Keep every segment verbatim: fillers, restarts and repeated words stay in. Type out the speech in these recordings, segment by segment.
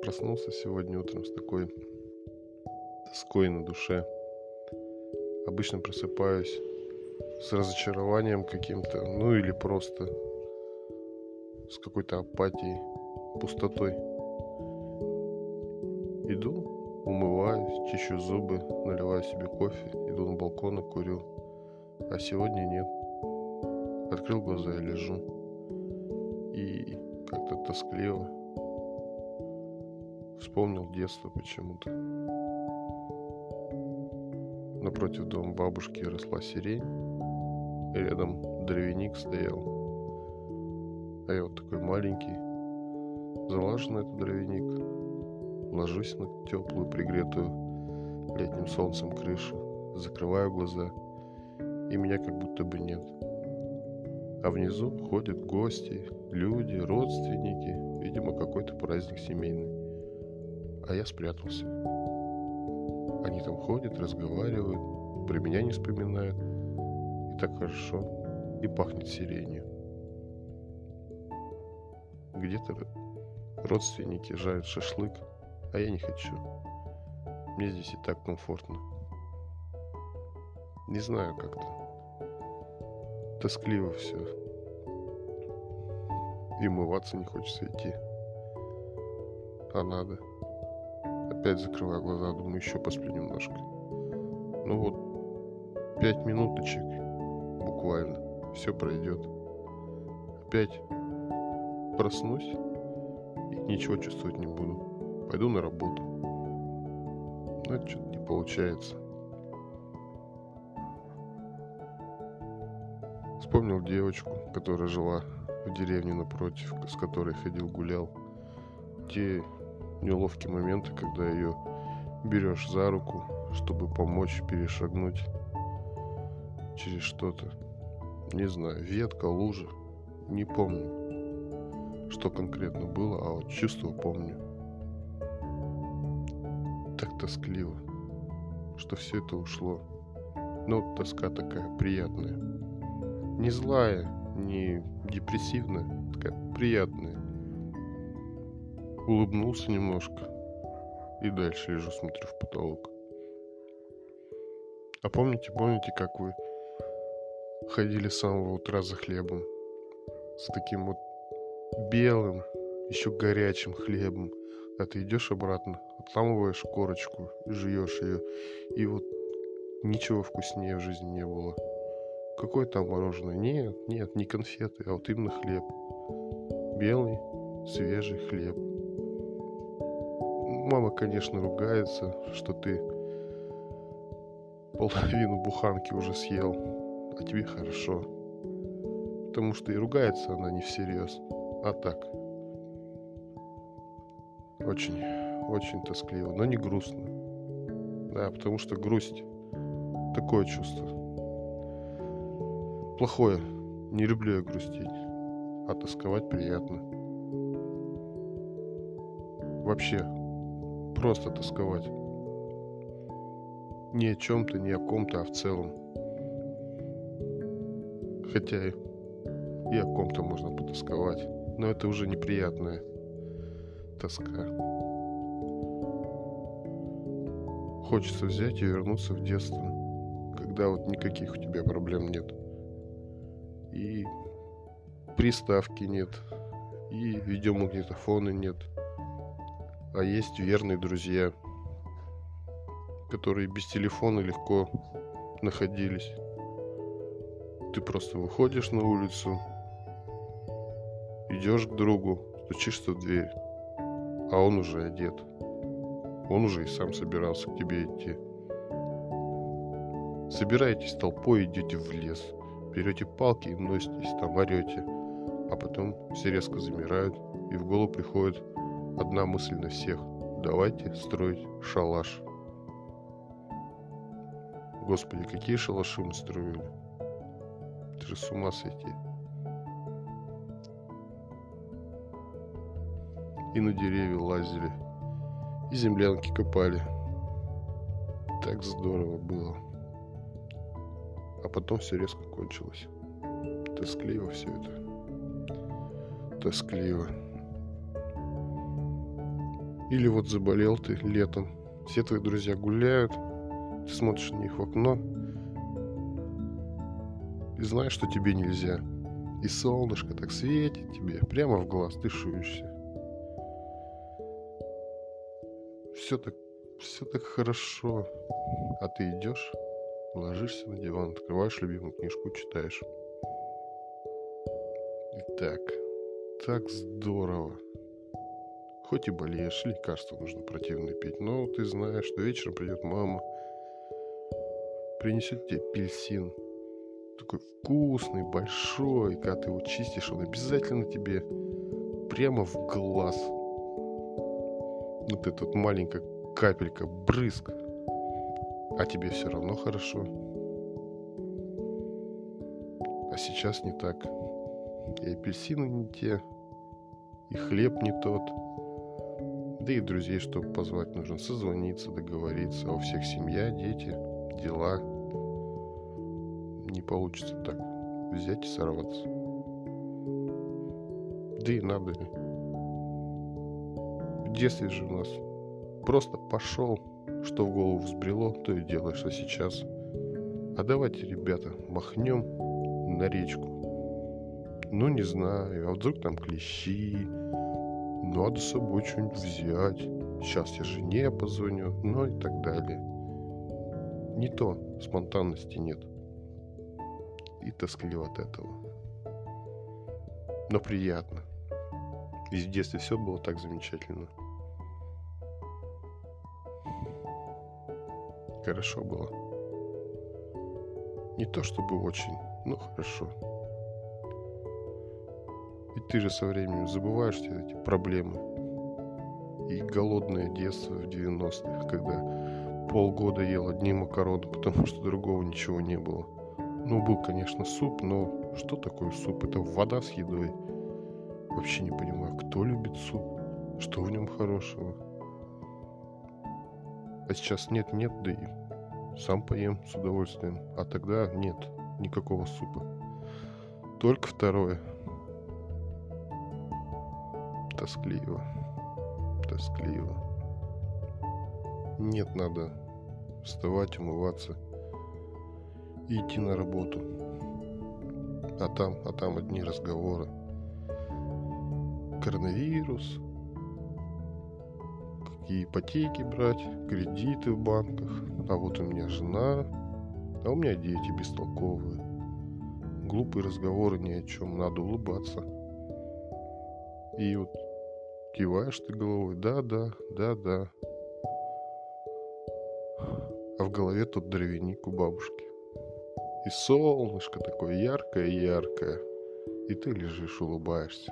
Проснулся сегодня утром с такой тоской на душе. Обычно просыпаюсь с разочарованием каким-то, ну или просто с какой-то апатией, пустотой. Иду, умываюсь, чищу зубы, наливаю себе кофе, иду на балкон и курю. А сегодня нет. Открыл глаза и лежу. И как-то тоскливо. Вспомнил детство почему-то. Напротив дома бабушки росла сирень, и рядом дровяник стоял. А я вот такой маленький, залажу на этот дровяник, ложусь на теплую, пригретую летним солнцем крышу, закрываю глаза, и меня как будто бы нет. А внизу ходят гости, люди, родственники, видимо, какой-то праздник семейный. А я спрятался. Они там ходят, разговаривают, про меня не вспоминают. И так хорошо. И пахнет сиренью. Где-то родственники жарят шашлык, а я не хочу. Мне здесь и так комфортно. Не знаю как-то. Тоскливо все. И умываться не хочется идти. А надо. Опять закрываю глаза, думаю, еще посплю немножко. Ну вот, пять минуточек буквально, все пройдет. Опять проснусь и ничего чувствовать не буду. Пойду на работу. Но это что-то не получается. Вспомнил девочку, которая жила в деревне напротив, с которой ходил, гулял. Те неловкие моменты, когда ее берешь за руку, чтобы помочь перешагнуть через что-то. Не знаю, ветка, лужа. Не помню, что конкретно было, а вот чувство помню. Так тоскливо, что все это ушло. Но тоска такая приятная. Не злая, не депрессивная, такая приятная. Улыбнулся немножко и дальше лежу, смотрю в потолок. А помните, помните, как вы ходили с самого утра за хлебом? С таким вот белым, еще горячим хлебом. А ты идешь обратно, отламываешь корочку, жуешь ее. И вот ничего вкуснее в жизни не было. Какое там мороженое? Нет, нет, не конфеты, а вот именно хлеб. Белый, свежий хлеб. Мама, конечно, ругается, что ты половину буханки уже съел, а тебе хорошо. Потому что и ругается она не всерьез, а так. Очень, очень тоскливо, но не грустно. Да, потому что грусть — такое чувство. Плохое. Не люблю я грустить, а тосковать приятно. Вообще, просто тосковать. Не о чем-то, не о ком-то, а в целом. Хотя и, и о ком-то можно потосковать, но это уже неприятная тоска. Хочется взять и вернуться в детство, когда вот никаких у тебя проблем нет. И приставки нет, и видеомагнитофона нет. А есть верные друзья, которые без телефона легко находились. Ты просто выходишь на улицу, идешь к другу, стучишься в дверь, а он уже одет. Он уже и сам собирался к тебе идти. Собираетесь толпой, идете в лес, берете палки и носитесь, там орете, а потом все резко замирают, и в голову приходит одна мысль на всех: давайте строить шалаш. Господи, какие шалаши мы строили. Это же с ума сойти. И на деревья лазили, и землянки копали. Так здорово было. А потом все резко кончилось. Тоскливо все это. Тоскливо. Или вот заболел ты летом, все твои друзья гуляют, ты смотришь на них в окно и знаешь, что тебе нельзя. И солнышко так светит тебе прямо в глаз, ты шуешься. Все так, все так хорошо. А ты идешь, ложишься на диван, открываешь любимую книжку, читаешь. И так, так здорово. Хоть и болеешь, лекарства нужно противное пить, но ты знаешь, что вечером придет мама, принесет тебе апельсин. Такой вкусный, большой, когда ты его чистишь, он обязательно тебе прямо в глаз. Вот эта вот маленькая капелька, брызг. А тебе все равно хорошо. А сейчас не так. И апельсины не те, и хлеб не тот. Да и друзей, чтобы позвать, нужно созвониться, договориться. А у всех семья, дети, дела. Не получится так взять и сорваться. Да и надо ли. В детстве же у нас просто пошел, что в голову взбрело, то и делаешь. А сейчас? А давайте, ребята, махнем на речку. Ну, не знаю, а вдруг там клещи? Надо с собой что-нибудь взять. Сейчас я жене позвоню, ну и так далее. Не то, спонтанности нет. И тоскливо от этого. Но приятно. Ведь в детстве все было так замечательно. Хорошо было. Не то чтобы очень, но хорошо. Ведь ты же со временем забываешь все эти проблемы. И голодное детство в девяностых, когда полгода ел одни макароны, потому что другого ничего не было. Ну, был, конечно, суп, но что такое суп? Это вода с едой. Вообще не понимаю, кто любит суп, что в нем хорошего. А сейчас нет-нет, да и сам поем с удовольствием. А тогда нет никакого супа. Только второе. Тоскливо. Тоскливо. Нет, надо вставать, умываться и идти на работу. А там, а там одни разговоры. Коронавирус, какие ипотеки брать, кредиты в банках. А вот у меня жена, а у меня дети бестолковые. Глупые разговоры ни о чем, надо улыбаться. И вот киваешь ты головой, да-да, да-да. А в голове тот дровяник у бабушки. И солнышко такое яркое-яркое. И ты лежишь, улыбаешься.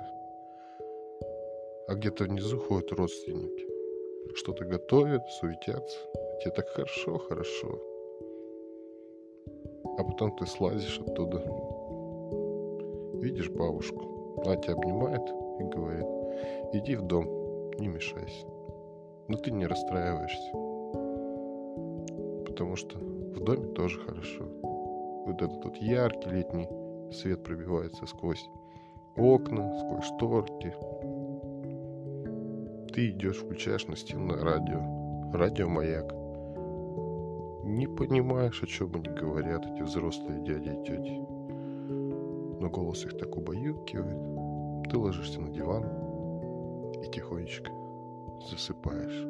А где-то внизу ходят родственники. Что-то готовят, суетятся. Тебе так хорошо, хорошо. А потом ты слазишь оттуда. Видишь бабушку. Она тебя обнимает и говорит: иди в дом, не мешайся. Но ты не расстраиваешься. Потому что в доме тоже хорошо. Вот этот вот яркий летний свет пробивается сквозь окна, сквозь шторки. Ты идешь, включаешь настенное радио. Радио «Маяк». Не понимаешь, о чем они говорят, эти взрослые дяди и тети. Но голос их так убаюкивает. Ты ложишься на диван и тихонечко засыпаешь.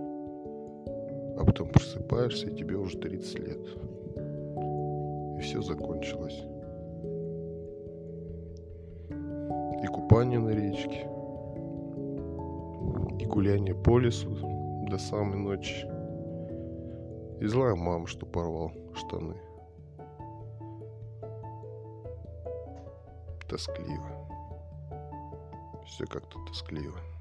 А потом просыпаешься, и тебе уже тридцать лет. И все закончилось. И купание на речке, и гуляние по лесу до самой ночи. И злая мама, что порвал штаны. Тоскливо. Все как-то тоскливо.